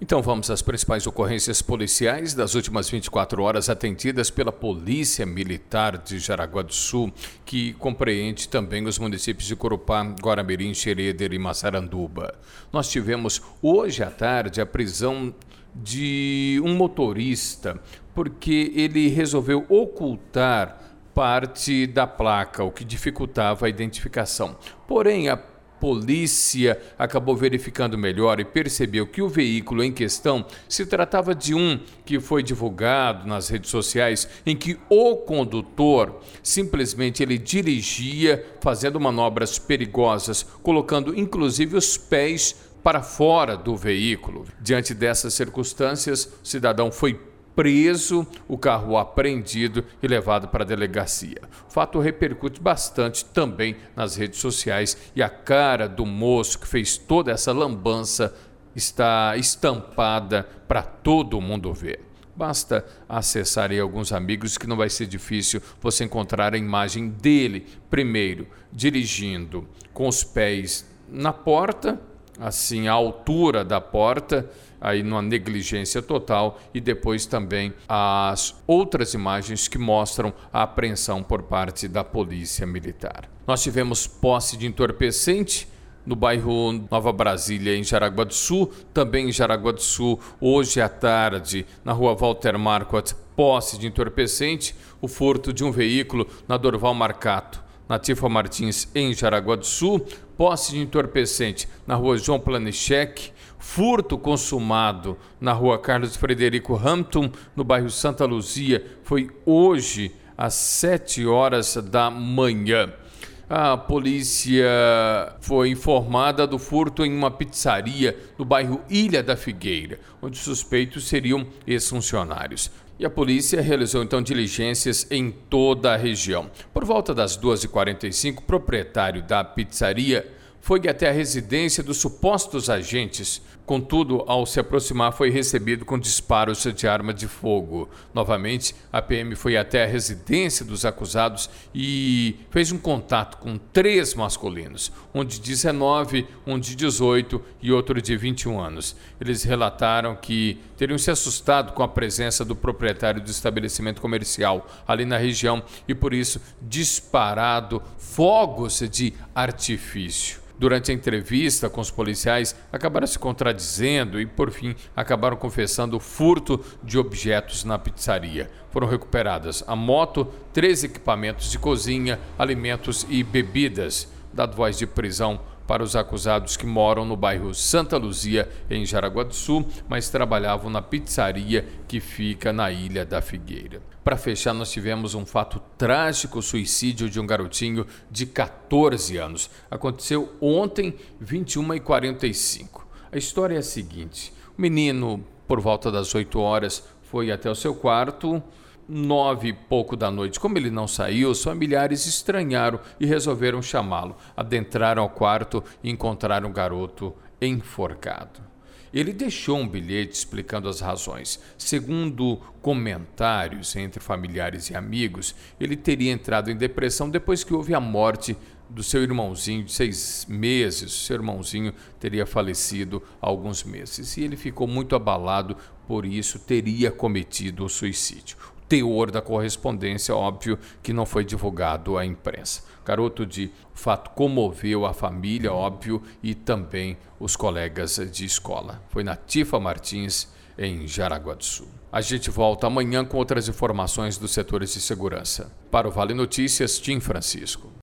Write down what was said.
Então vamos às principais ocorrências policiais das últimas 24 horas atendidas pela Polícia Militar de Jaraguá do Sul, que compreende também os municípios de Corupá, Guaramirim, Xereder e Massaranduba. Nós tivemos hoje à tarde a prisão de um motorista, porque ele resolveu ocultar parte da placa, o que dificultava a identificação. Porém, a polícia acabou verificando melhor e percebeu que o veículo em questão se tratava de um que foi divulgado nas redes sociais, em que o condutor simplesmente ele dirigia fazendo manobras perigosas, colocando inclusive os pés para fora do veículo. Diante dessas circunstâncias, o cidadão foi preso, o carro apreendido e levado para a delegacia. O fato repercute bastante também nas redes sociais e a cara do moço que fez toda essa lambança está estampada para todo mundo ver. Basta acessar aí alguns amigos que não vai ser difícil você encontrar a imagem dele, primeiro dirigindo com os pés na porta, assim, à altura da porta, aí numa negligência total, e depois também as outras imagens que mostram a apreensão por parte da Polícia Militar. Nós tivemos posse de entorpecente no bairro Nova Brasília, em Jaraguá do Sul, também em Jaraguá do Sul, hoje à tarde, na rua Walter Marquardt, posse de entorpecente, o furto de um veículo na Dorval Marcato, na Tifa Martins, em Jaraguá do Sul, posse de entorpecente na rua João Planichek, furto consumado na rua Carlos Frederico Hampton, no bairro Santa Luzia, foi hoje às 7 horas da manhã. A polícia foi informada do furto em uma pizzaria no bairro Ilha da Figueira, onde os suspeitos seriam ex-funcionários. E a polícia realizou então diligências em toda a região. Por volta das 2h45, o proprietário da pizzaria foi até a residência dos supostos agentes. Contudo, ao se aproximar, foi recebido com disparos de arma de fogo. Novamente, a PM foi até a residência dos acusados e fez um contato com 3 masculinos, um de 19, um de 18 e outro de 21 anos. Eles relataram que teriam se assustado com a presença do proprietário do estabelecimento comercial ali na região e, por isso, disparado fogos de artifício. Durante a entrevista com os policiais, acabaram se contradizendo e, por fim, acabaram confessando o furto de objetos na pizzaria. Foram recuperadas a moto, 3 equipamentos de cozinha, alimentos e bebidas. Dado voz de prisão para os acusados que moram no bairro Santa Luzia, em Jaraguá do Sul, mas trabalhavam na pizzaria que fica na Ilha da Figueira. Para fechar, nós tivemos um fato trágico, o suicídio de um garotinho de 14 anos. Aconteceu ontem, 21h45. A história é a seguinte: o menino, por volta das 8 horas, foi até o seu quarto. 9 e pouco da noite. Como ele não saiu, os familiares estranharam e resolveram chamá-lo. Adentraram ao quarto e encontraram o garoto enforcado. Ele deixou um bilhete explicando as razões. Segundo comentários entre familiares e amigos, ele teria entrado em depressão depois que houve a morte do seu irmãozinho de 6 meses. O seu irmãozinho teria falecido há alguns meses e ele ficou muito abalado, por isso teria cometido o suicídio. O teor da correspondência, óbvio, que não foi divulgado à imprensa. Garoto de fato comoveu a família, óbvio, e também os colegas de escola. Foi na Tifa Martins, em Jaraguá do Sul. A gente volta amanhã com outras informações dos setores de segurança. Para o Vale Notícias, Tim Francisco.